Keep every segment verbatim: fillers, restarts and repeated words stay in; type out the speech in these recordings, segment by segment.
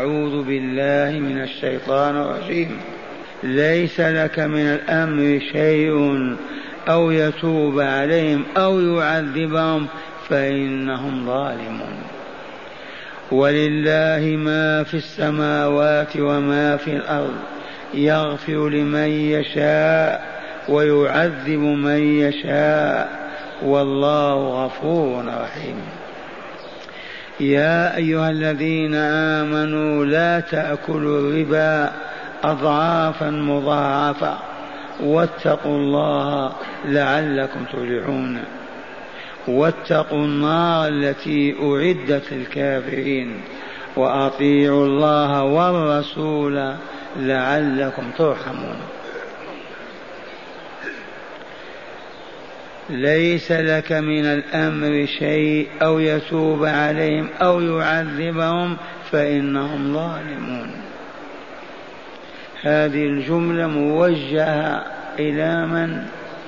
أعوذ بالله من الشيطان الرجيم. ليس لك من الأمر شيء أو يتوب عليهم أو يعذبهم فإنهم ظالمون. ولله ما في السماوات وما في الأرض يغفر لمن يشاء ويعذب من يشاء والله غفور رحيم. يا أيها الذين آمنوا لا تأكلوا الربا أضعافا مضاعفة واتقوا الله لعلكم تفلحون. واتقوا النار التي أعدت للكافرين وأطيعوا الله والرسول لعلكم ترحمون. ليس لك من الأمر شيء أو يتوب عليهم أو يعذبهم فإنهم ظالمون. هذه الجملة موجهة إلى من؟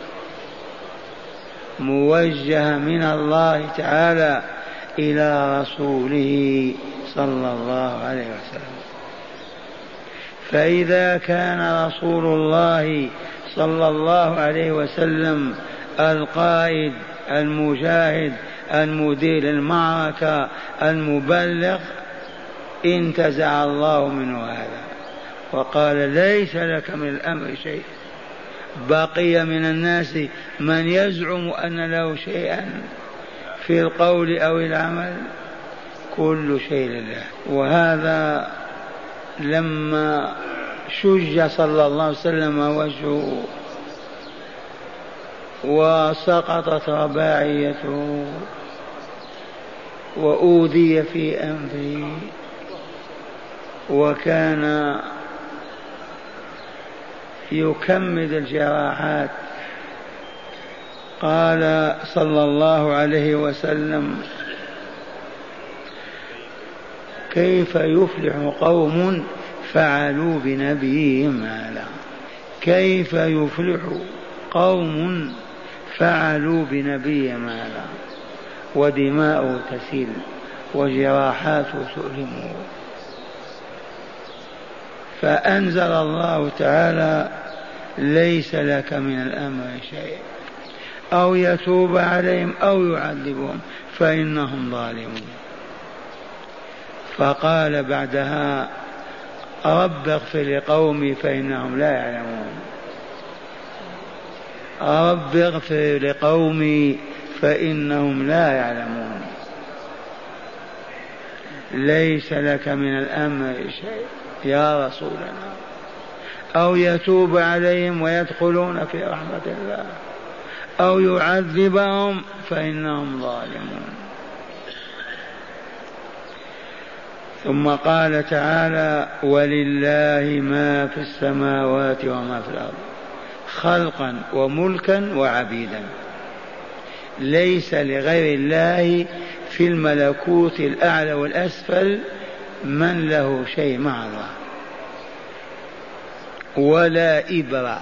موجهة من الله تعالى إلى رسوله صلى الله عليه وسلم. فإذا كان رسول الله صلى الله عليه وسلم القائد المجاهد المدير المعركة المبلغ انتزع الله منه هذا وقال ليس لك من الأمر شيء. بقي من الناس من يزعم أن له شيئا في القول أو العمل، كل شيء لله. وهذا لما شج صلى الله عليه وسلم وجهه وسقطت رباعيته وأوذي في أنفه وكان يكمد الجراحات، قال صلى الله عليه وسلم كيف يفلح قوم فعلوا بنبيهم هذا؟ كيف يفلح قوم فعلوا بنبيهم هذا ودماءه تسيل وجراحاته تؤلمه؟ فأنزل الله تعالى ليس لك من الأمر شيء أو يتوب عليهم أو يعذبهم فإنهم ظالمون. فقال بعدها رب اغفر لقومي فإنهم لا يعلمون. رب اغفر لقومي فإنهم لا يعلمون. ليس لك من الأمر شيء يا رسولنا، أو يتوب عليهم ويدخلون في رحمة الله أو يعذبهم فإنهم ظالمون. ثم قال تعالى ولله ما في السماوات وما في الأرض خلقا وملكا وعبيدا. ليس لغير الله في الملكوت الأعلى والأسفل من له شيء مع الله ولا إبرة.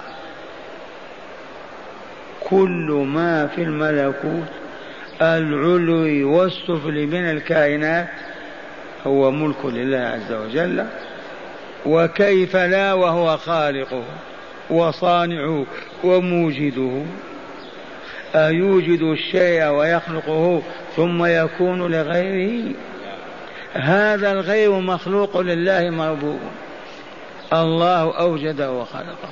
كل ما في الملكوت العلوي والسفلي من الكائنات هو ملك لله عز وجل. وكيف لا وهو خالقه وصانعه وموجده. أيوجد الشيء ويخلقه ثم يكون لغيره؟ هذا الغير مخلوق لله مربوب، الله أوجده وخلقه.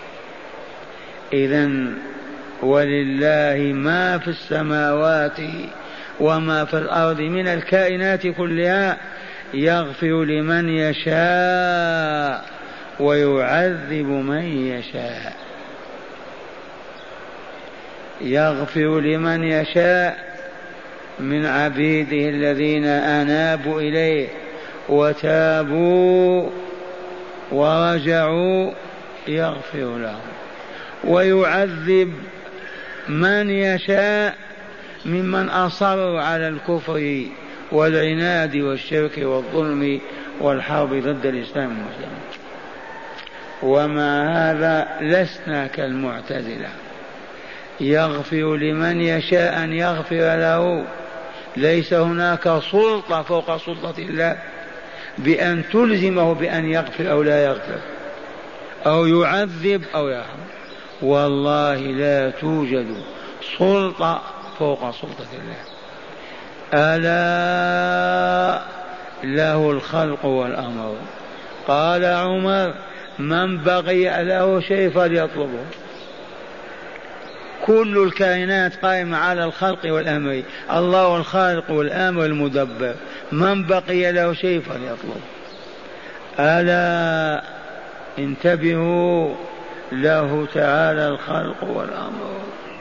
إذن ولله ما في السماوات وما في الأرض من الكائنات كلها يغفر لمن يشاء ويعذب من يشاء. يغفر لمن يشاء من عبيده الذين أنابوا إليه وتابوا ورجعوا يغفر لهم، ويعذب من يشاء ممن أصروا على الكفر والعناد والشرك والظلم والحرب ضد الإسلام والمسلمين. ومع هذا لسنا كالمعتزلة، يغفر لمن يشاء أن يغفر له. ليس هناك سلطة فوق سلطة الله، بأن تلزمه بأن يغفر أو لا يغفر أو يعذب أو يرحم. والله لا توجد سلطة فوق سلطة الله. ألا له الخلق والأمر. قال عمر من بغي له شيء فليطلبه. كل الكائنات قائمة على الخلق والأمر، الله الخالق والأمر المدبر، من بقي له شيء فليطلب. ألا انتبهوا، له تعالى الخلق والأمر،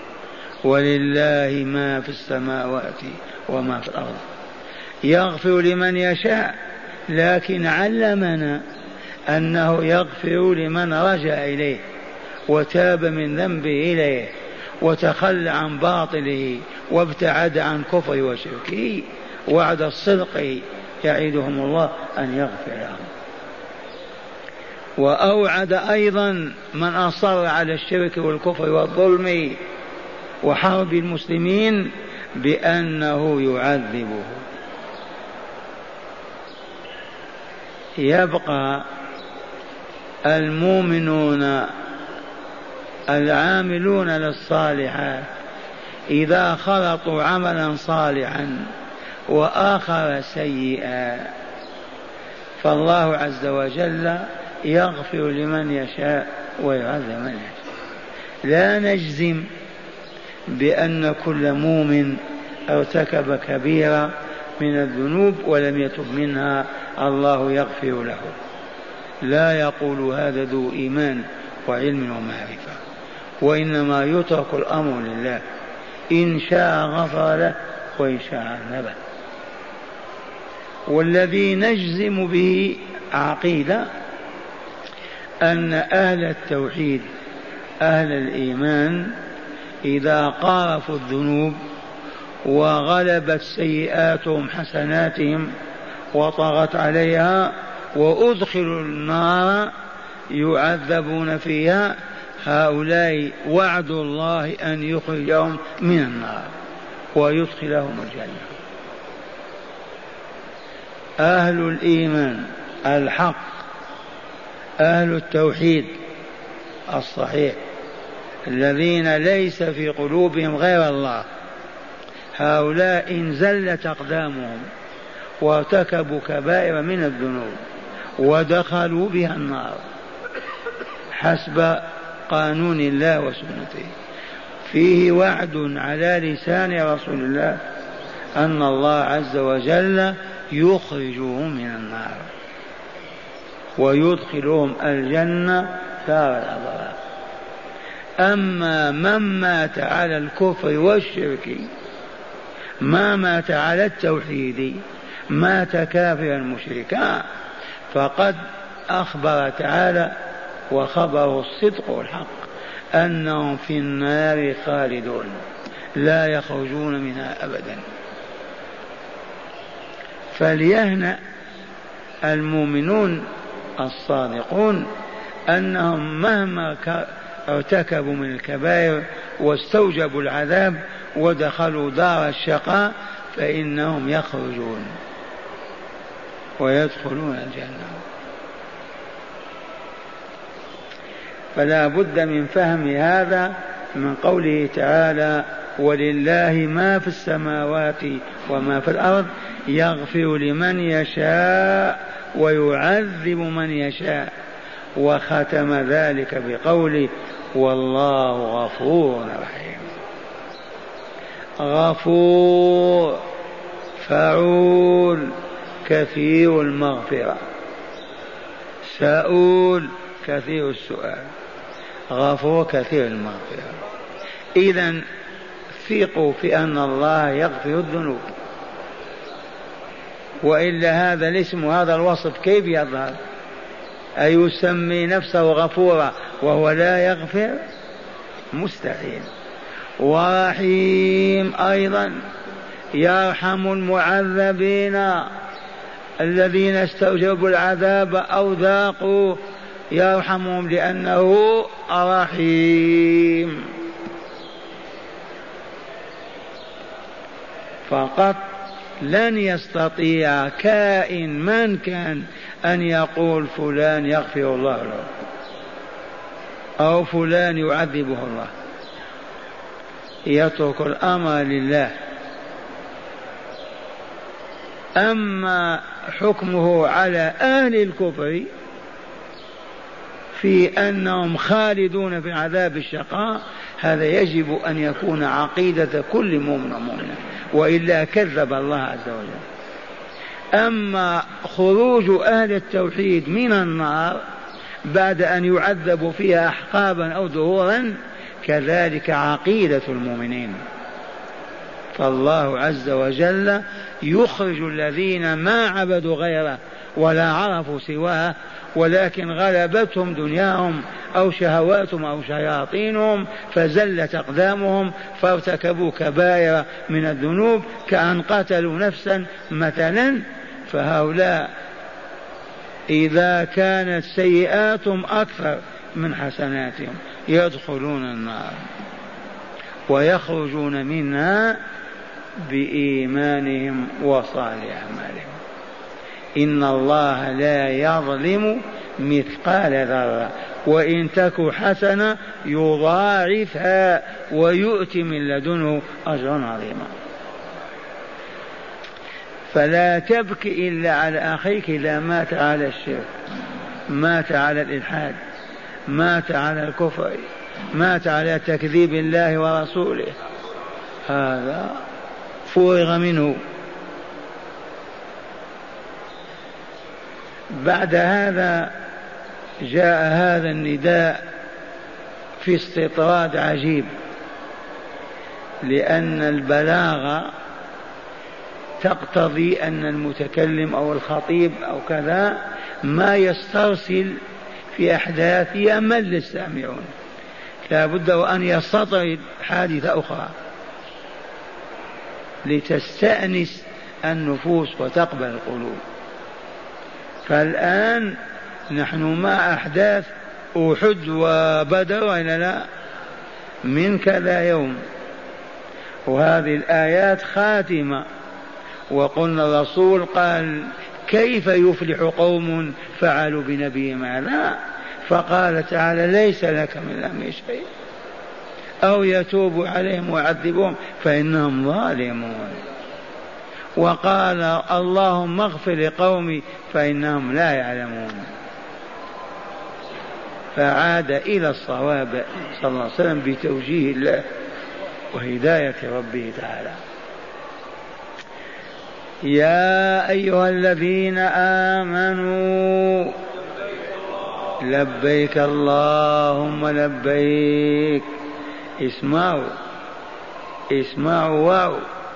ولله ما في السماوات وما في الأرض. يغفر لمن يشاء، لكن علمنا أنه يغفر لمن رجع إليه وتاب من ذنبه إليه وتخلى عن باطله وابتعد عن كفر وشركه. وعد الصدق يعيدهم الله أن يغفر لهم. وأوعد أيضا من أصر على الشرك والكفر والظلم وحرب المسلمين بأنه يعذبه. يبقى المؤمنون العاملون للصالحات إذا خلطوا عملا صالحا وآخر سيئا فالله عز وجل يغفر لمن يشاء ويعذب من يشاء. لا نجزم بأن كل مؤمن ارتكب كبيرة من الذنوب ولم يتب منها الله يغفر له، لا يقول هذا ذو إيمان وعلم ومعرفة، وإنما يترك الأمر لله، إن شاء غفر له وإن شاء عذبه. والذي نجزم به عقيدة أن أهل التوحيد أهل الإيمان إذا قارفوا الذنوب وغلبت سيئاتهم حسناتهم وطغت عليها وأدخلوا النار يعذبون فيها، هؤلاء وعد الله أن يخرجهم من النار ويدخلهم الجنة. أهل الإيمان الحق أهل التوحيد الصحيح الذين ليس في قلوبهم غير الله، هؤلاء إن زلت أقدامهم وارتكبوا كبائر من الذنوب ودخلوا بها النار حسب قانون الله وسنته، فيه وعد على لسان رسول الله أن الله عز وجل يخرجهم من النار ويدخلهم الجنة دار الأبرار. أما من مات على الكفر والشرك ما مات على التوحيد مات كافرا مشركا فقد أخبر تعالى وخبره الصدق والحق أنهم في النار خالدون لا يخرجون منها أبدا. فليهنأ المؤمنون الصادقون أنهم مهما ارتكبوا من الكبائر واستوجبوا العذاب ودخلوا دار الشقاء فإنهم يخرجون ويدخلون الجنة. فلا بد من فهم هذا من قوله تعالى ولله ما في السماوات وما في الأرض يغفر لمن يشاء ويعذب من يشاء. وختم ذلك بقوله والله غفور رحيم. غفور فعول كثير المغفرة، سؤول كثير السؤال، غفور كثير المغفرة. إذن ثقوا في أن الله يغفر الذنوب، وإلا هذا الاسم وهذا الوصف كيف يظهر؟ أيسمي نفسه غفورا وهو لا يغفر؟ مستحيل. ورحيم أيضا يرحم المعذبين الذين استوجبوا العذاب أو ذاقوا، يرحمهم لأنه رحيم. فقط لن يستطيع كائن من كان أن يقول فلان يغفر الله له أو فلان يعذبه الله، يترك الأمر لله. أما حكمه على أهل الكفر في أنهم خالدون في عذاب الشقاء، هذا يجب أن يكون عقيدة كل مؤمن ومؤمنة، وإلا كذب الله عز وجل. أما خروج أهل التوحيد من النار بعد أن يعذبوا فيها أحقابا أو دهورا، كذلك عقيدة المؤمنين. فالله عز وجل يخرج الذين ما عبدوا غيره ولا عرفوا سواه، ولكن غلبتهم دنياهم أو شهواتهم أو شياطينهم فزلت أقدامهم فارتكبوا كبائر من الذنوب كأن قتلوا نفسا مثلا. فهؤلاء إذا كانت سيئاتهم أكثر من حسناتهم يدخلون النار ويخرجون منها بإيمانهم وصالح أعمالهم. إن الله لا يظلم مثقال ذرة وإن تك حسنة يضاعفها ويؤتي من لدنه أجرا عظيما. فلا تبكي إلا على أخيك إذا مات على الشرك، مات على الإلحاد، مات على الكفر، مات على تكذيب الله ورسوله، هذا فرغ منه. بعد هذا جاء هذا النداء في استطراد عجيب، لأن البلاغة تقتضي أن المتكلم أو الخطيب أو كذا ما يسترسل في أحداث يمل السامعون، لا بد وأن يستطرد حادثة أخرى لتستأنس النفوس وتقبل القلوب. فالآن نحن مع أحداث أحد وبدر وإلا لا من كذا يوم، وهذه الآيات خاتمة. وقلنا الرسول قال كيف يفلح قوم فعلوا بنبيهم هذا، فقال تعالى ليس لك من الأمر شيء أو يتوب عليهم ويعذبهم فإنهم ظالمون. وقال اللهم اغفر لقومي فإنهم لا يعلمون. فعاد إلى الصواب صلى الله عليه وسلم بتوجيه الله وهداية ربه تعالى. يا أيها الذين آمنوا لبيك اللهم لبيك. اسمعوا اسمعوا واو.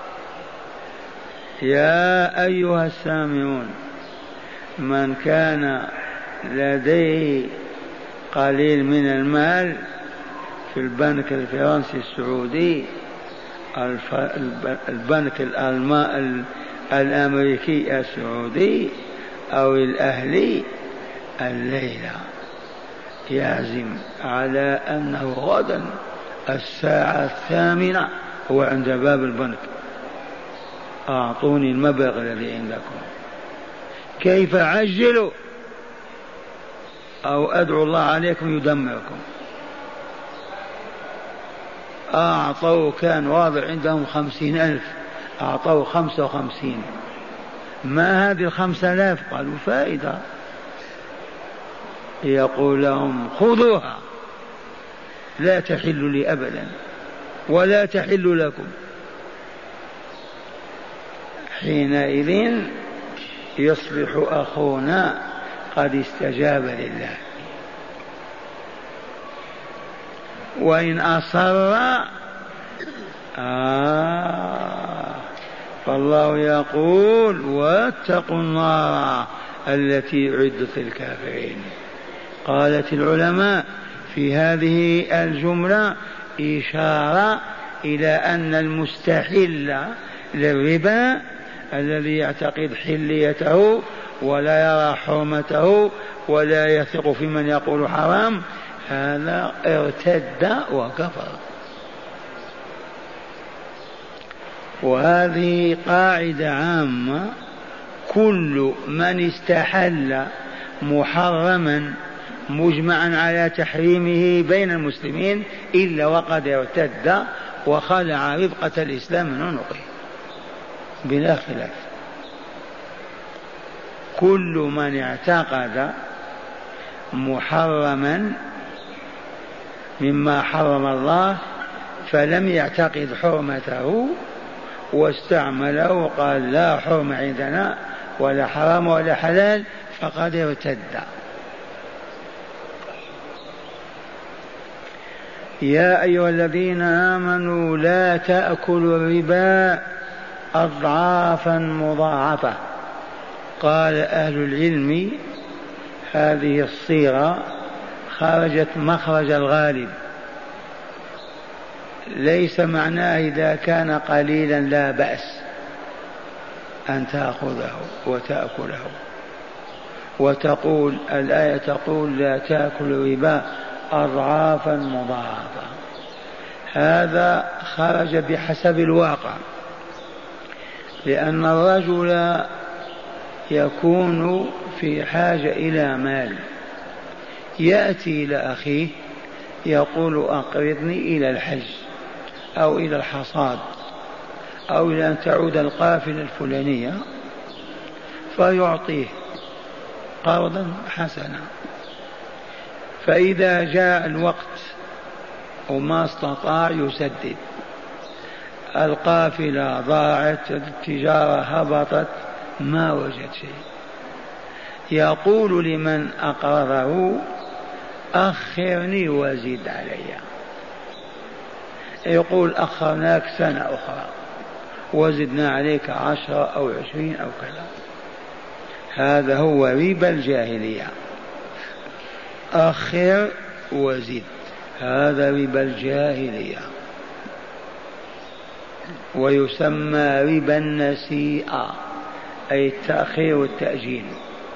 يا أيها السامعون، من كان لديه قليل من المال في البنك الفرنسي السعودي، البنك الأمريكي السعودي أو الأهلي، الليلة يعزم على أنه غدا الساعة الثامنة هو عند باب البنك، أعطوني المبلغ الذي عندكم. كيف عجلوا أو أدعو الله عليكم يدمركم. أعطوا كان واضع عندهم خمسين ألف، أعطوا خمسة وخمسين. ما هذه الخمسة آلاف؟ قالوا فائدة. يقول لهم خذوها لا تحل لي أبدا ولا تحل لكم. حينئذ يصبح أخونا قد استجاب لله. وإن أصر آه فالله يقول واتقوا النار التي أعدت للكافرين. قالت العلماء في هذه الجملة إشارة إلى أن المستحل للربا الذي يعتقد حليته ولا يرى حرمته ولا يثق في من يقول حرام، هذا ارتد وكفر. وهذه قاعدة عامة: كل من استحل محرما مجمعا على تحريمه بين المسلمين إلا وقد ارتد وخلع ربقة الإسلام من عنقه بلا خلاف. كل من اعتقد محرما مما حرم الله فلم يعتقد حرمته واستعمله قال لا حرم عندنا ولا حرام ولا حلال فقد ارتد. يا أيها الذين آمنوا لا تأكلوا الربا أضعافا مضاعفة. قال أهل العلم هذه الصيغة خرجت مخرج الغالب، ليس معناه إذا كان قليلا لا بأس أن تأخذه وتأكله، وتقول الآية تقول لا تأكل الربا أضعافا مضاعفة. هذا خرج بحسب الواقع، لأن الرجل يكون في حاجة إلى مال، يأتي إلى أخيه يقول أقرضني إلى الحج أو إلى الحصاد أو إلى أن تعود القافلة الفلانية، فيعطيه قرضا حسنا. فإذا جاء الوقت وما استطاع يسدد، القافلة ضاعت، التجارة هبطت، ما وجد شيء، يقول لمن أقرضه أخرني وزد علي، يقول أخرناك سنة أخرى وزدنا عليك عشرة أو عشرين أو كذا. هذا هو ربا الجاهلية، أخر وزد، هذا ربا الجاهلية، ويسمى ربا النسيئة أي التأخير والتأجيل.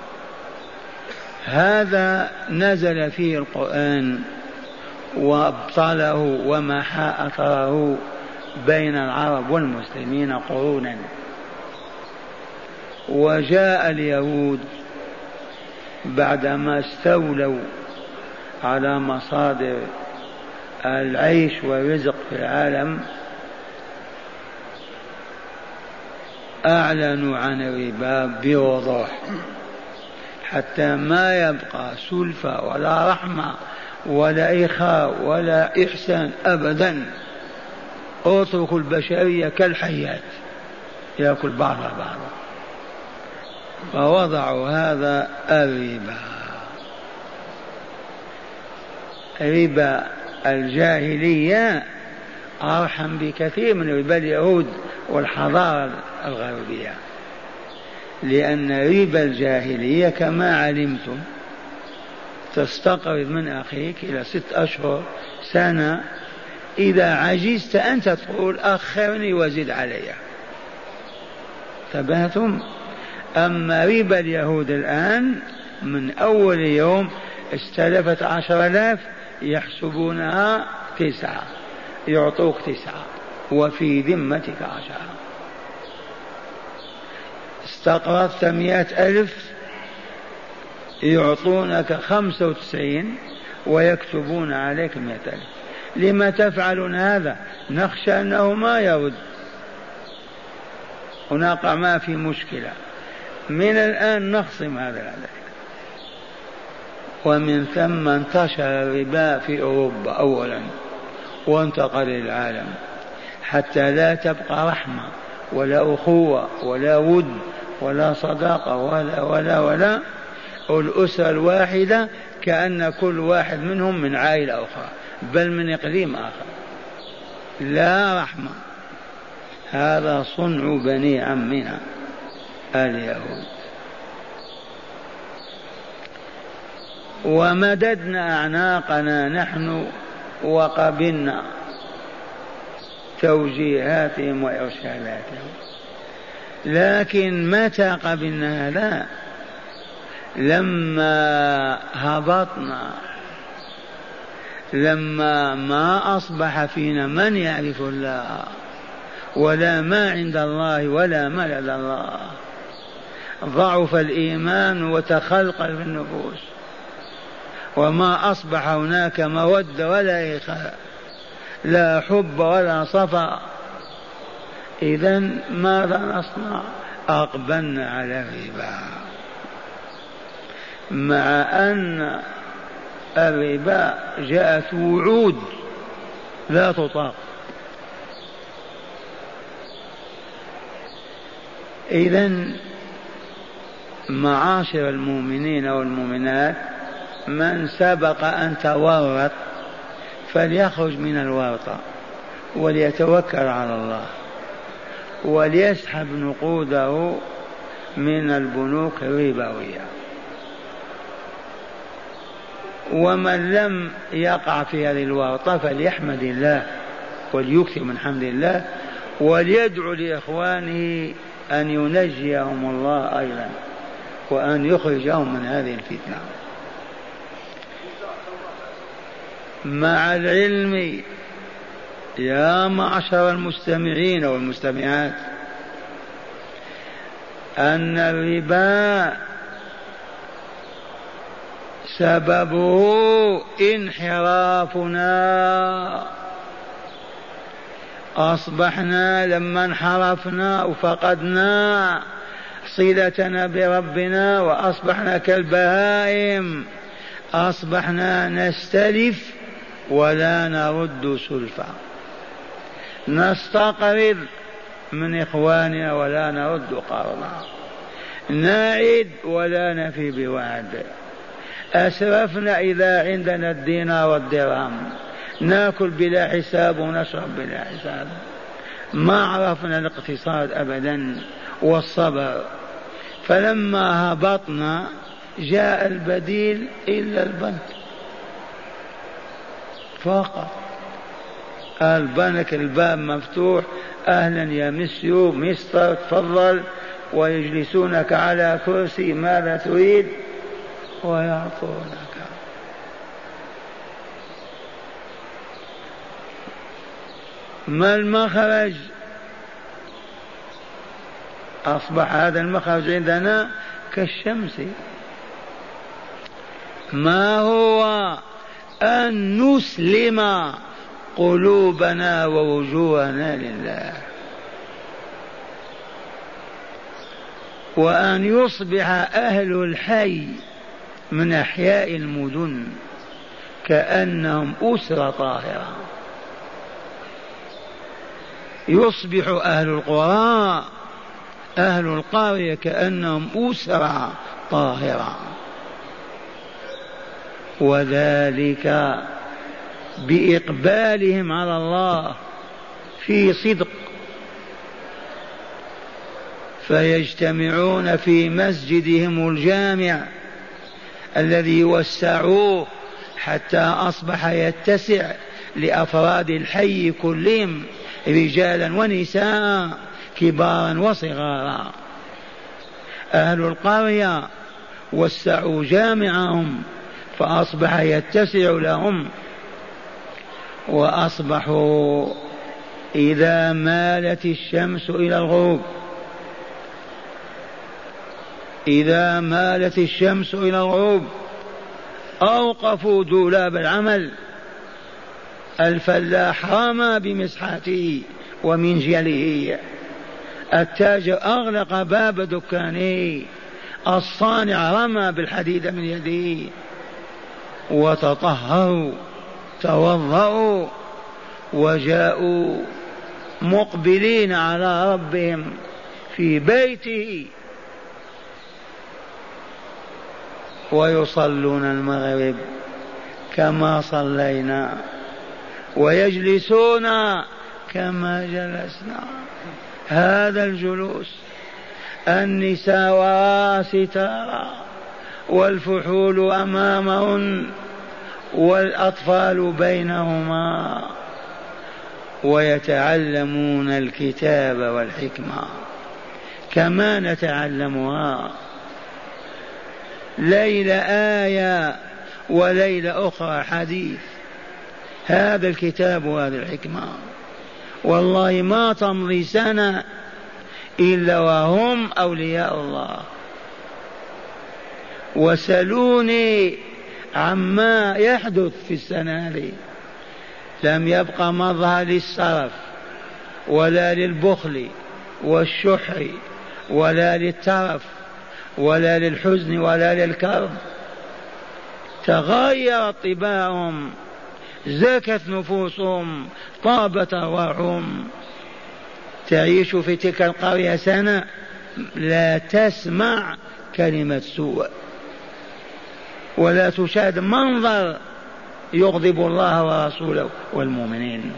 هذا نزل فيه القرآن وابطله ومحى أثره بين العرب والمسلمين قرونا. وجاء اليهود بعدما استولوا على مصادر العيش والرزق في العالم أعلنوا عن الربا بوضوح، حتى ما يبقى سلفة ولا رحمة ولا إخاء ولا إحسان أبدا. اتركوا البشرية كالحيات يأكل بعضها بعضا. فوضعوا هذا الربا، ربا الجاهلية أرحم بكثير من ربا اليهود والحضارة الغربية، لأن ربا الجاهلية كما علمتم تستقرض من أخيك إلى ست أشهر سنة، إذا عجزت أنت تقول أخرني وزد علي. تبهتم؟ أما ربا اليهود الآن من أول يوم استلفت عشر آلاف يحسبونها تسعة، يعطوك تسعة وفي ذمتك عشرة. استقرضت مئة ألف يعطونك خمسة وتسعين ويكتبون عليك مئة ألف. لما تفعلون هذا؟ نخشى أنه ما يرد ونقع ما في مشكلة. من الآن نخصم هذا العدد. ومن ثم انتشر الربا في أوروبا أولا وانتقل للعالم، حتى لا تبقى رحمة ولا أخوة ولا ود ولا صداقة ولا ولا ولا الأسرة الواحدة كأن كل واحد منهم من عائلة أخرى بل من إقليم آخر، لا رحمة. هذا صنع بني عمنا اليهود. ومددنا أعناقنا نحن وقبلنا توجيهاتهم وإرشاداتهم، لكن متى قبلنا؟ لا، لما هبطنا، لما ما أصبح فينا من يعرف الله ولا ما عند الله ولا ما لدى الله. ضعف الإيمان وتخلقل في النفوس، وما أصبح هناك مودة ولا إخاء، لا حب ولا صفا. إذن ماذا نصنع؟ أقبلنا على الربا، مع أن الربا جاءت وعود لا تطاق. إذن معاشر المؤمنين والمؤمنات، من سبق أن تورط فليخرج من الورطة وليتوكل على الله وليسحب نقوده من البنوك الربوية. ومن لم يقع في هذه الورطة فليحمد الله وليكثر من حمد الله وليدعو لإخوانه أن ينجيهم الله أيضا وأن يخرجهم من هذه الفتنة. مع العلم يا معشر المستمعين والمستمعات أن الربا سببه انحرافنا. أصبحنا لما انحرفنا وفقدنا صلتنا بربنا وأصبحنا كالبهائم، أصبحنا نستلف ولا نرد سلفا، نستقرض من إخواننا ولا نرد قرضا، نعد ولا نفي بوعد، أسرفنا إذا عندنا الدينار والدرهم، ناكل بلا حساب ونشرب بلا حساب، ما عرفنا الاقتصاد أبدا والصبر. فلما هبطنا جاء البديل إلا البنك فقط. البنك الباب مفتوح، أهلا يا مسيو مستر تفضل، ويجلسونك على كرسي، ماذا تريد؟ ويعطونك. ما المخرج؟ أصبح هذا المخرج عندنا كالشمس. ما هو؟ أن نسلم قلوبنا ووجوهنا لله، وأن يصبح أهل الحي من أحياء المدن كأنهم أسرة طاهرة، يصبح أهل القرى أهل القرية كأنهم أسرة طاهرة، وذلك بإقبالهم على الله في صدق، فيجتمعون في مسجدهم الجامع الذي وسعوه حتى أصبح يتسع لأفراد الحي كلهم، رجالا ونساء، كبارا وصغارا. أهل القرية وسعوا جامعهم فأصبح يتسع لهم، وأصبحوا إذا مالت الشمس إلى الغروب إذا مالت الشمس إلى الغروب أوقفوا دولاب العمل. الفلاح رمى بمسحته ومنجله، التاجر أغلق باب دكانه، الصانع رمى بالحديد من يده، وتطهروا توضأوا وجاءوا مقبلين على ربهم في بيته، ويصلون المغرب كما صلينا ويجلسون كما جلسنا. هذا الجلوس، النساء وراستارا والفحول أمامهن والأطفال بينهما، ويتعلمون الكتاب والحكمة كما نتعلمها، ليلة آية وليلة أخرى حديث. هذا الكتاب وهذه الحكمة، والله ما تمضي سنة إلا وهم أولياء الله. وسلوني عما يحدث في السنة هذه، لم يبقى مظهر للسرف ولا للبخل والشح ولا للترف ولا للحزن ولا للكرب. تغيرت طباعهم، زكت نفوسهم، طابت أرواحهم. تعيش في تلك القرية سنة لا تسمع كلمة سوء ولا تشاهد منظر يغضب الله ورسوله والمؤمنين.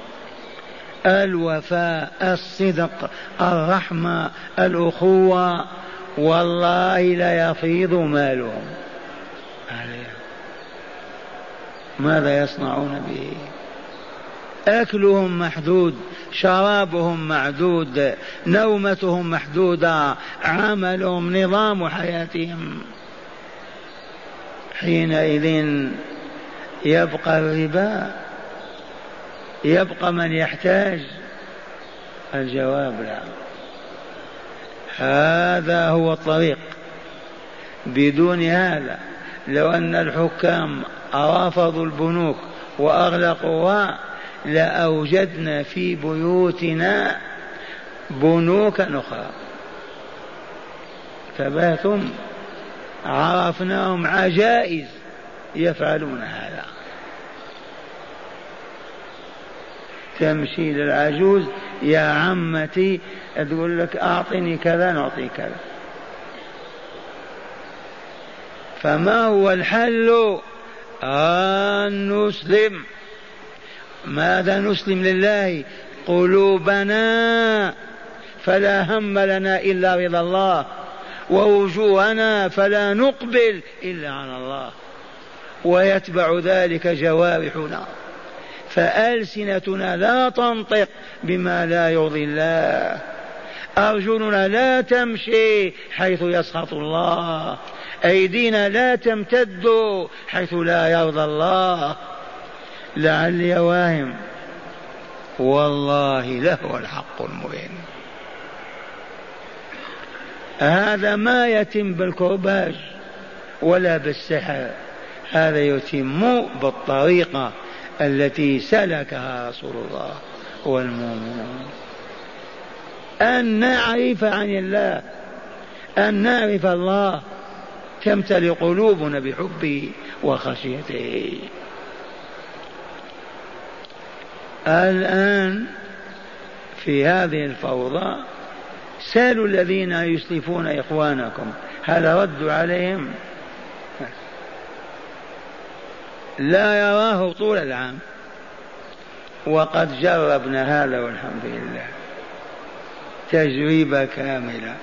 الوفاء، الصدق، الرحمة، الأخوة، والله لا يفيض مالهم. ماذا يصنعون به؟ أكلهم محدود، شرابهم معدود، نومتهم محدودة، عملهم، نظام حياتهم. حينئذ يبقى الربا؟ يبقى من يحتاج؟ الجواب لا. هذا هو الطريق. بدون هذا لو أن الحكام رفضوا البنوك وأغلقوها لأوجدنا في بيوتنا بنوكا أخرى. تباثم عرفناهم عجائز يفعلون هذا. تمشي للعجوز يا عمتي تقول لك أعطني كذا نعطي كذا. فما هو الحل؟ أن نسلم. ماذا نسلم لله؟ قلوبنا فلا هم لنا إلا رضا الله، ووجوهنا فلا نقبل إلا على الله، ويتبع ذلك جوارحنا. فألسنتنا لا تنطق بما لا يرضي الله، أرجلنا لا تمشي حيث يسخط الله، أيدينا لا تمتد حيث لا يرضى الله. لعلي واهم، والله له الحق المبين. هذا ما يتم بالكرباج ولا بالسحر، هذا يتم بالطريقة التي سلكها رسول الله والمؤمنون. أن نعرف عن الله، أن نعرف الله، تمتلئ قلوبنا بحبه وخشيته. الآن في هذه الفوضى سالوا الذين يسلفون إخوانكم هل ردوا عليهم؟ لا يراه طول العام. وقد جربنا هذا والحمد لله تجربة كاملة.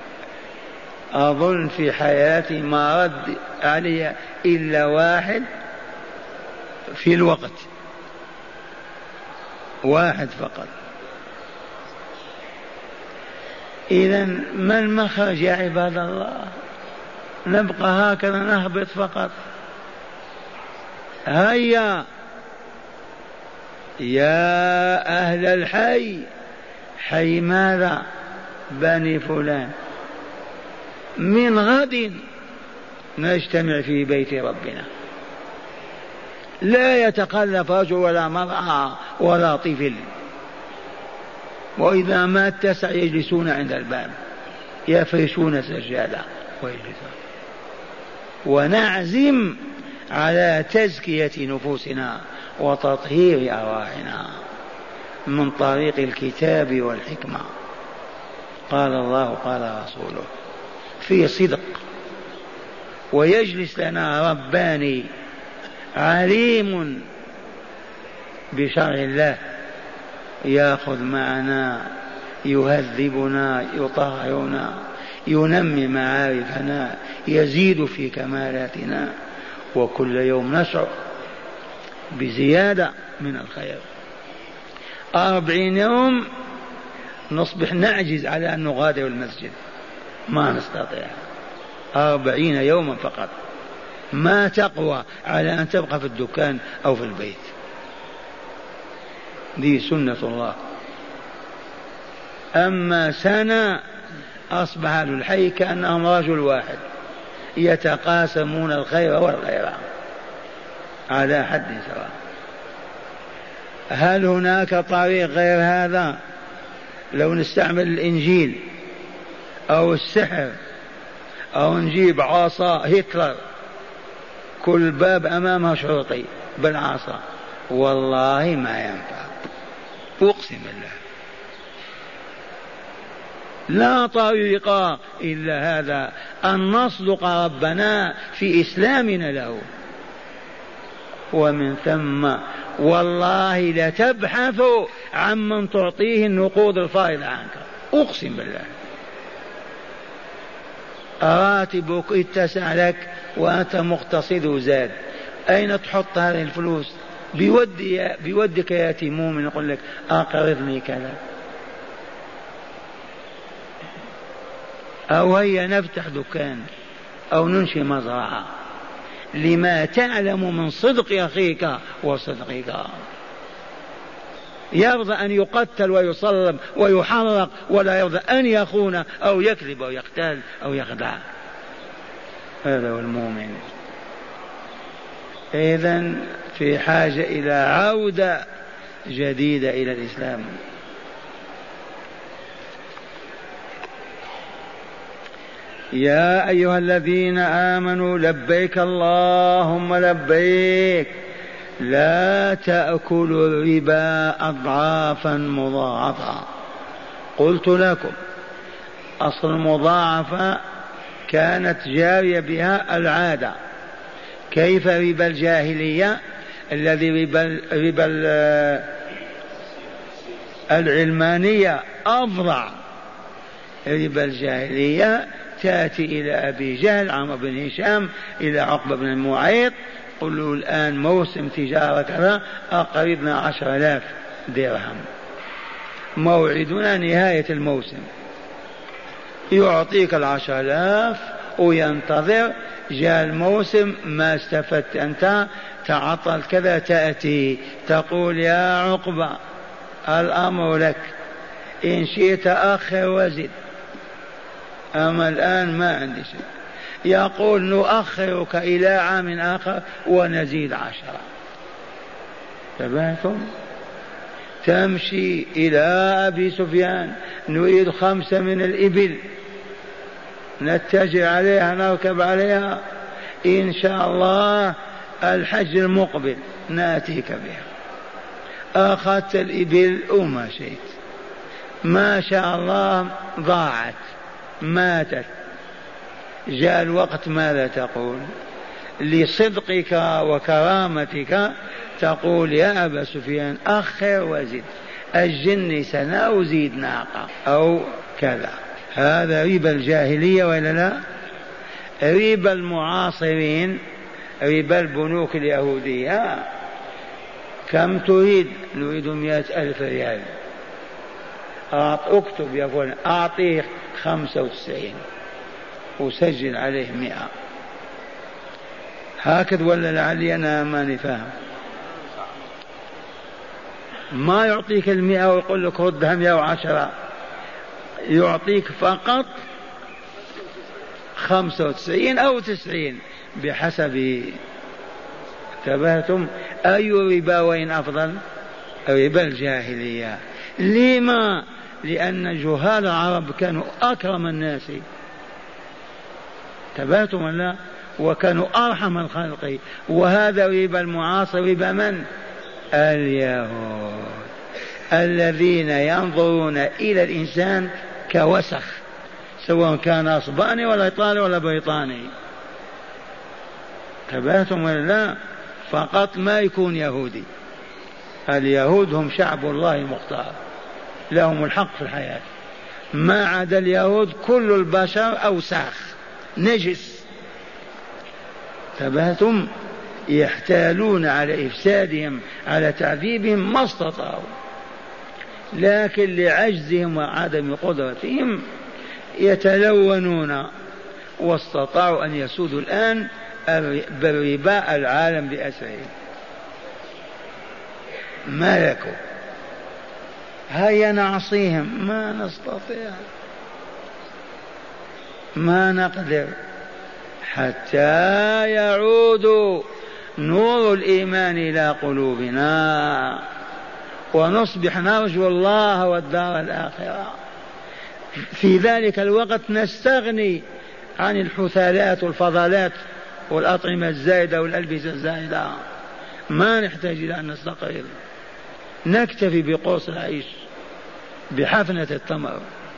أظن في حياتي ما رد علي إلا واحد في الوقت، واحد فقط. إذن ما المخرج يا عباد الله؟ نبقى هكذا نهبط فقط؟ هيا يا أهل الحي، حي ماذا؟ بني فلان، من غد نجتمع في بيت ربنا، لا يتخلف رجل ولا مرأة ولا طفل، وإذا ما اتسع يجلسون عند الباب يفرشون سجادة ويجلسون. ونعزم على تزكية نفوسنا وتطهير أرواحنا من طريق الكتاب والحكمة. قال الله قال رسوله في صدق. ويجلس لنا رباني عليم بشرع الله، يأخذ معنا، يهذبنا، يطهرنا، ينمي معارفنا، يزيد في كمالاتنا، وكل يوم نشعر بزيادة من الخير. أربعين يوم نصبح نعجز على أن نغادر المسجد، ما نستطيع. أربعين يوما فقط، ما تقوى على أن تبقى في الدكان أو في البيت. دي سنة الله أما سنة أصبح أهل الحي كأنهم رجل واحد يتقاسمون الخير والخير على حد سواء. هل هناك طريق غير هذا؟ لو نستعمل الإنجيل أو السحر أو نجيب عصا هتلر كل باب أمامها شرطي بالعصا، والله ما ينفع، أقسم بالله لا طريق إلا هذا، أن نصدق ربنا في إسلامنا له. ومن ثم والله لتبحث عمن تعطيه النقود الفائضة عنك، أقسم بالله. راتبك اتسع لك وأنت مقتصد وزاد، أين تحط هذه الفلوس؟ بودي بودك يأتي مؤمن يقول لك أقرضني كذا، أو هيا نفتح دكان أو ننشئ مزرعة، لما تعلم من صدق أخيك وصدقك. يرضى أن يقتل ويصلب ويحرق، ولا يرضى أن يخون أو يكذب أو يقتل أو يخدع. هذا هو المؤمن. إذن في حاجة إلى عودة جديدة إلى الإسلام. يا أيها الذين آمنوا لبيك اللهم لبيك لا تأكلوا الربا أضعافا مضاعفة. قلت لكم أصل المضاعفة كانت جارية بها العادة. كيف ربا الجاهلية الذي ربا, ربا العلمانية أفظع. ربا الجاهلية تأتي إلى أبي جهل عمرو بن هشام إلى عقبة بن المعيط، قل له الآن موسم تجارة كذا أقرضنا عشر آلاف درهم، موعدنا نهاية الموسم. يعطيك العشر آلاف وينتظر، جاء الموسم ما استفدت أنت، تعطل كذا، تأتي تقول يا عقبة الأمر لك، إن شئت أخر وزد، أما الآن ما عندي شيء. يقول نؤخرك إلى عام آخر ونزيد عشرة. تبعتم؟ تمشي إلى أبي سفيان نريد خمسة من الإبل نتجه عليها نركب عليها إن شاء الله الحج المقبل نأتيك بها. أخذت الإبل وما شئت، ما شاء الله ضاعت ماتت. جاء الوقت ماذا تقول؟ لصدقك وكرامتك تقول يا أبا سفيان أخر وزد، الجن سنة وزيد ناقة أو كذا. هذا ربا الجاهلية ولا لا؟ ربا المعاصرين، ربا البنوك اليهودية. كم تريد؟ نريد مئة ألف ريال. اكتب يا فلان أعطيه خمسة وتسعين وسجل عليه مئة. هكذا ولا لعلي أنا ماني فاهم؟ ما يعطيك المئة ويقول لك ردها مئة وعشرة، يعطيك فقط خمسة وتسعين أو تسعين بحسب. انتبهتم؟ أي رباوين أفضل؟ ربا الجاهلية. لما؟ لأن جهال العرب كانوا أكرم الناس. انتبهتم ولا؟ وكانوا أرحم الخلق. وهذا ربا المعاصر ربا من؟ اليهود الذين ينظرون إلى الإنسان كوسخ، سواء كان أصباني ولا إيطالي ولا بريطاني. انتبهتم ولا لا؟ فقط ما يكون يهودي. اليهود هم شعب الله المختار، لهم الحق في الحياة. ما عدا اليهود كل البشر أوساخ نجس. انتبهتم؟ يحتالون على إفسادهم على تعذيبهم ما استطاعوا، لكن لعجزهم وعدم قدرتهم يتلونون، واستطاعوا أن يسودوا الآن بالربا العالم بأسره. ملكوا. هيا نعصيهم، ما نستطيع، ما نقدر، حتى يعود نور الإيمان إلى قلوبنا ونصبح نرجو الله والدار الآخرة. في ذلك الوقت نستغني عن الحثالات والفضلات والأطعمة الزائدة والألبسة الزائدة، ما نحتاج إلى أن نستقر، نكتفي بقرص العيش بحفنة التمر.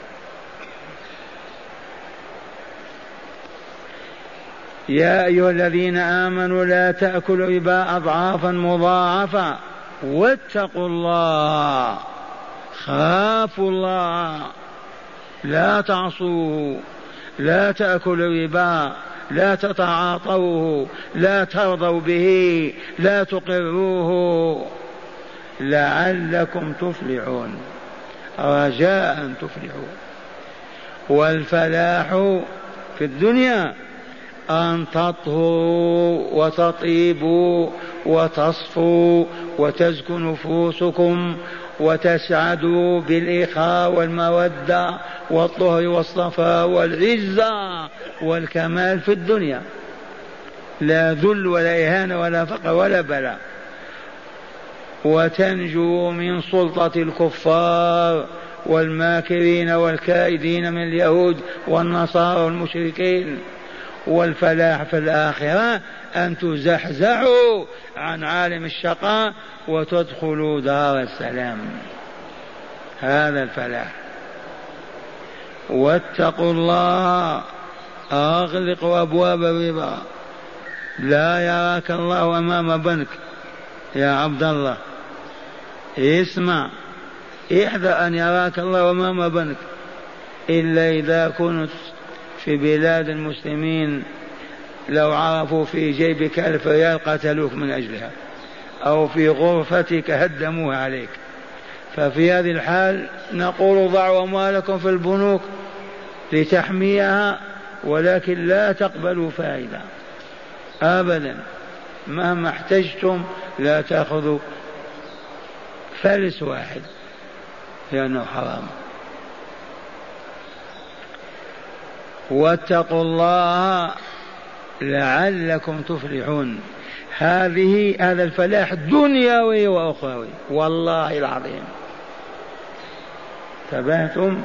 يا أيها الذين آمنوا لا تأكلوا ربا أضعافا مضاعفة واتقوا الله، خافوا الله، لا تعصوه، لا تأكلوا ربا، لا تتعاطوه، لا ترضوا به، لا تقروه، لعلكم تفلحون، رجاء تفلحون. والفلاح في الدنيا أن تطهروا وتطيبوا وتصفوا وتزكو نفوسكم وتسعدوا بالإخاء والمودة والطهر والصفاء والعزة والكمال في الدنيا، لا ذل ولا إهانة ولا فقر ولا بلاء، وتنجو من سلطة الكفار والماكرين والكائدين من اليهود والنصارى والمشركين. والفلاح في الآخرة أن تزحزحوا عن عالم الشقاء وتدخلوا دار السلام، هذا الفلاح. واتقوا الله، أغلقوا أبواب الربا، لا يراك الله أمام بنك يا عبد الله، اسمع، احذر أن يراك الله أمام بنك، إلا إذا كنت في بلاد المسلمين لو عرفوا في جيبك ألف ريال قتلوك من أجلها، أو في غرفتك هدموها عليك، ففي هذه الحال نقول ضعوا أموالكم في البنوك لتحميها، ولكن لا تقبلوا فائدة أبدا، مهما احتجتم لا تأخذوا فلس واحد لأنه حرام. واتقوا الله لعلكم تفلحون، هذه هذا الفلاح دنيوي وأخروي والله العظيم. تبهتم؟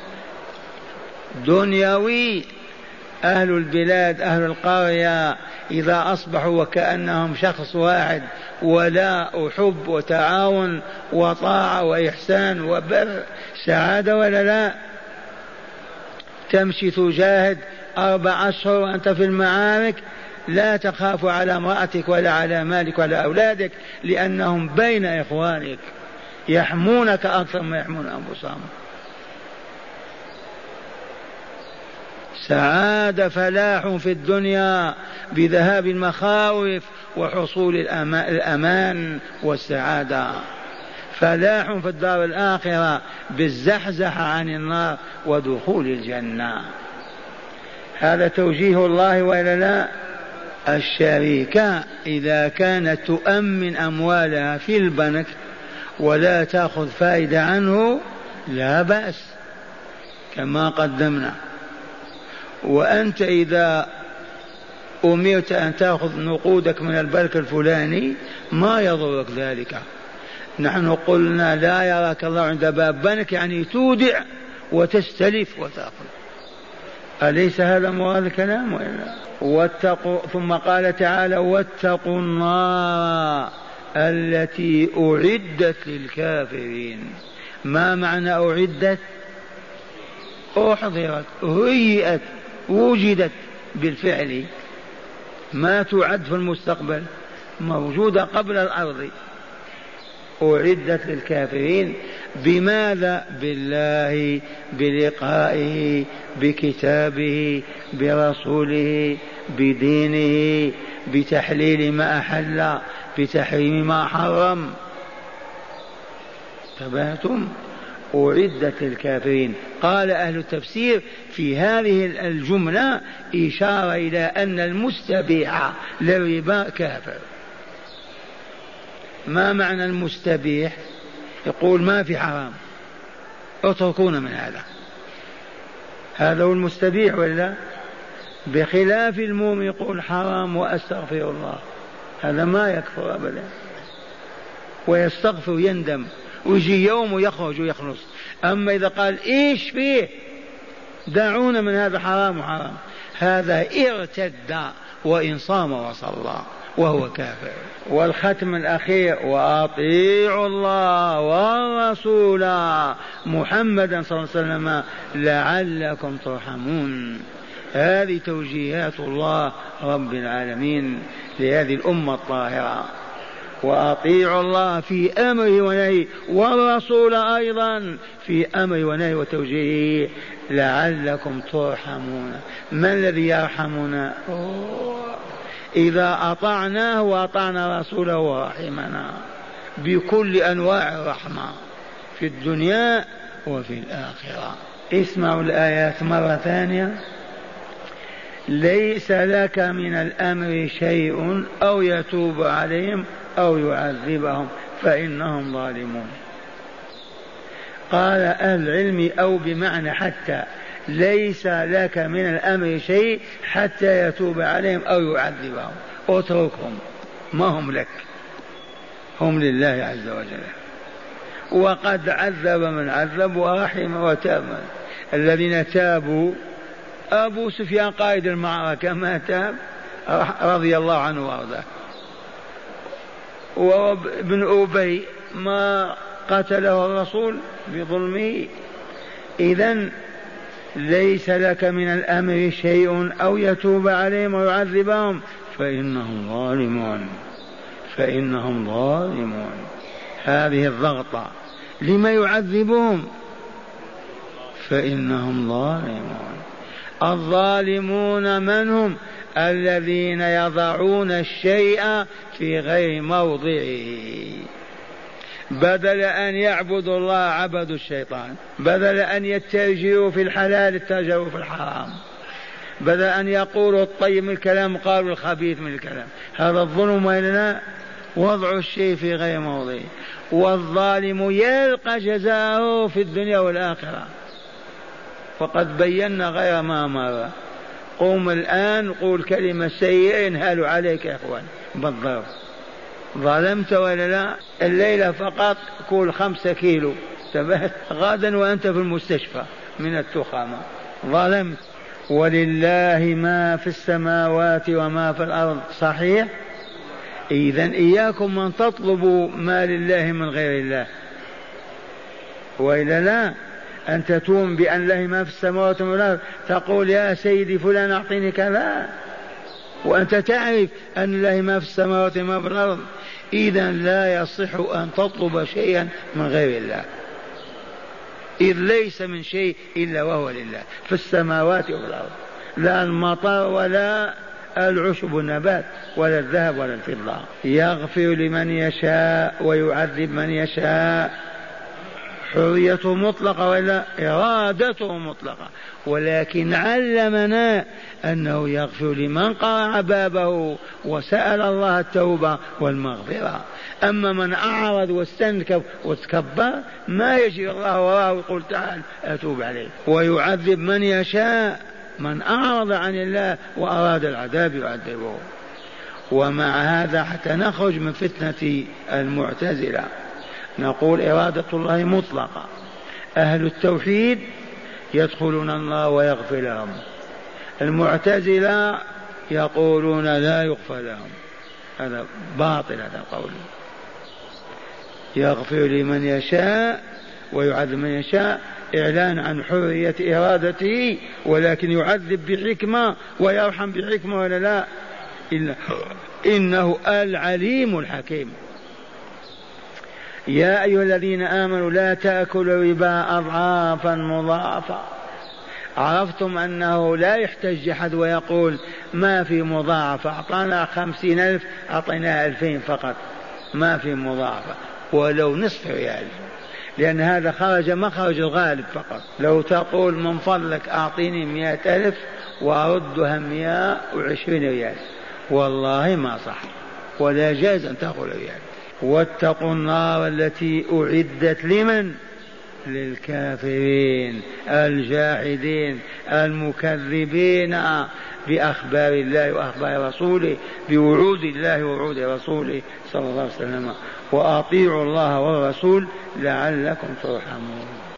دنيوي، أهل البلاد أهل القرية إذا أصبحوا وكأنهم شخص واحد، ولا أحب وتعاون وطاعة وإحسان وبر، سعادة ولا لا؟ تمشي تجاهد أربع أشهر وأنت في المعارك، لا تخاف على امرأتك ولا على مالك ولا أولادك، لأنهم بين إخوانك يحمونك أكثر ما يحمون أنفسهم. سعادة فلاح في الدنيا بذهاب المخاوف وحصول الأمان والسعادة، فلاح في الدار الآخرة بالزحزح عن النار ودخول الجنة. هذا توجيه الله وإلا لا؟ الشركة إذا كانت تؤمن أموالها في البنك ولا تأخذ فائدة عنه لا بأس كما قدمنا. وأنت إذا أمرت أن تأخذ نقودك من البنك الفلاني ما يضرك ذلك. نحن قلنا لا يراك الله عند باب بنك، يعني تودع وتستلف وتأخذ. أليس هذا مراد الكلام وإلا؟ واتقوا، ثم قال تعالى واتقوا النار التي أعدت للكافرين. ما معنى أعدت؟ أحضرت، هيئت، وجدت بالفعل، ما تعد في المستقبل، موجودة قبل الأرض. أعدت للكافرين بماذا؟ بالله، بلقائه، بكتابه، برسوله، بدينه، بتحليل ما أحل، بتحريم ما حرم. تبهتم؟ أعدت للكافرين. قال أهل التفسير في هذه الجملة إشارة إلى أن المستبيح للربا كافر. ما معنى المستبيح؟ يقول ما في حرام، اتركونا من هذا. هذا هو المستبيح ولا؟ بخلاف المؤمن يقول حرام وأستغفر الله، هذا ما يكفر أبدا، ويستغفر يندم ويجي يوم ويخرج ويخلص. أما إذا قال إيش فيه دعونا من هذا حرام وحرام، هذا ارتد وإن صام وصلى وهو كافر. والختم الأخير وأطيعوا الله والرسول محمدا صلى الله عليه وسلم لعلكم ترحمون. هذه توجيهات الله رب العالمين لهذه الأمة الطاهرة. وأطيعوا الله في أمره ونهيه، والرسول أيضا في أمره ونهيه وتوجيهه لعلكم ترحمون. ما الذي يرحمنا؟ إذا أطعناه وأطعنا رسوله ورحمنا بكل أنواع الرحمة في الدنيا وفي الآخرة. اسمعوا الآيات مرة ثانية. ليس لك من الأمر شيء أو يتوب عليهم أو يعذبهم فإنهم ظالمون. قال أهل العلم أو بمعنى حتى، ليس لك من الأمر شيء حتى يتوب عليهم أو يعذبهم، اتركهم، ما هم لك، هم لله عز وجل. وقد عذب من عذب ورحم وتاب. الذين تابوا، أبو سفيان قائد المعركة ما تاب رضي الله عنه وارضاه، وابن أبي ما قتله الرسول بظلمه. إذن ليس لك من الأمر شيء أو يتوب عليهم ويعذبهم فإنهم ظالمون، فإنهم ظالمون. هذه الضغطة لما يعذبهم؟ فإنهم ظالمون. الظالمون من هم؟ الذين يضعون الشيء في غير موضعه، بدل أن يعبدوا الله عبدوا الشيطان، بدل أن يتجهوا في الحلال اتجهوا في الحرام، بدل أن يقولوا الطيب من الكلام قالوا الخبيث من الكلام. هذا الظلم وإننا وضع الشيء في غير موضعه. والظالم يلقى جزاءه في الدنيا والآخرة، وقد بينا غير ما مر. قوم الآن قول كلمة سيئة ينهال عليك يا إخوان بالضرب. ظلمت ولا لا؟ الليلة فقط كل خمسة كيلو تبهت، غدا وأنت في المستشفى من التخامة. ظلمت. ولله ما في السماوات وما في الأرض، صحيح؟ إذن إياكم من تطلبوا ما لله من غير الله، وإلا لا أنت تؤمن بأن له ما في السماوات وما في الأرض، تقول يا سيدي فلان أعطيني كذا، وأنت تعرف أن له ما في السماوات وما في الأرض. إذن لا يصح أن تطلب شيئا من غير الله، إذ ليس من شيء إلا وهو لله في السماوات وفي الأرض، لا المطر ولا العشب النبات ولا الذهب ولا الفضة. يغفر لمن يشاء ويعذب من يشاء، حريته مطلقة ولا إرادته مطلقة، ولكن علمنا أنه يغفر لمن قرع بابه وسأل الله التوبة والمغفرة. أما من أعرض واستنكف وتكبر ما يجي الله وراه ويقول تعال أتوب عليه. ويعذب من يشاء، من أعرض عن الله وأراد العذاب يعذبه. ومع هذا حتى نخرج من فتنة المعتزلة نقول إرادة الله مطلقة. أهل التوحيد يدخلون الله ويغفر لهم، المعتزلة يقولون لا يغفر لهم. هذا باطل هذا القول. يغفر لمن يشاء ويعذب من يشاء، إعلان عن حرية إرادته، ولكن يعذب بحكمة ويرحم بحكمة ولا لا؟ إنه العليم الحكيم. يا أيها الذين آمنوا لا تأكلوا الربا أضعافا مضاعفة. عرفتم أنه لا يحتج أحد ويقول ما في مضاعفة، أعطانا خمسين ألف أعطيناه ألفين فقط، ما في مضاعفة ولو نصف ريال، لأن هذا خرج مخرج الغالب فقط. لو تقول من فضلك أعطيني مئة ألف وأردها مئة وعشرين ريال، والله ما صح ولا جاز أن تقول ريال. واتقوا النار التي أعدت لمن؟ للكافرين الجاحدين المكذبين بأخبار الله وأخبار رسوله، بوعود الله ووعود رسوله صلى الله عليه وسلم. وأطيعوا الله والرسول لعلكم ترحمون.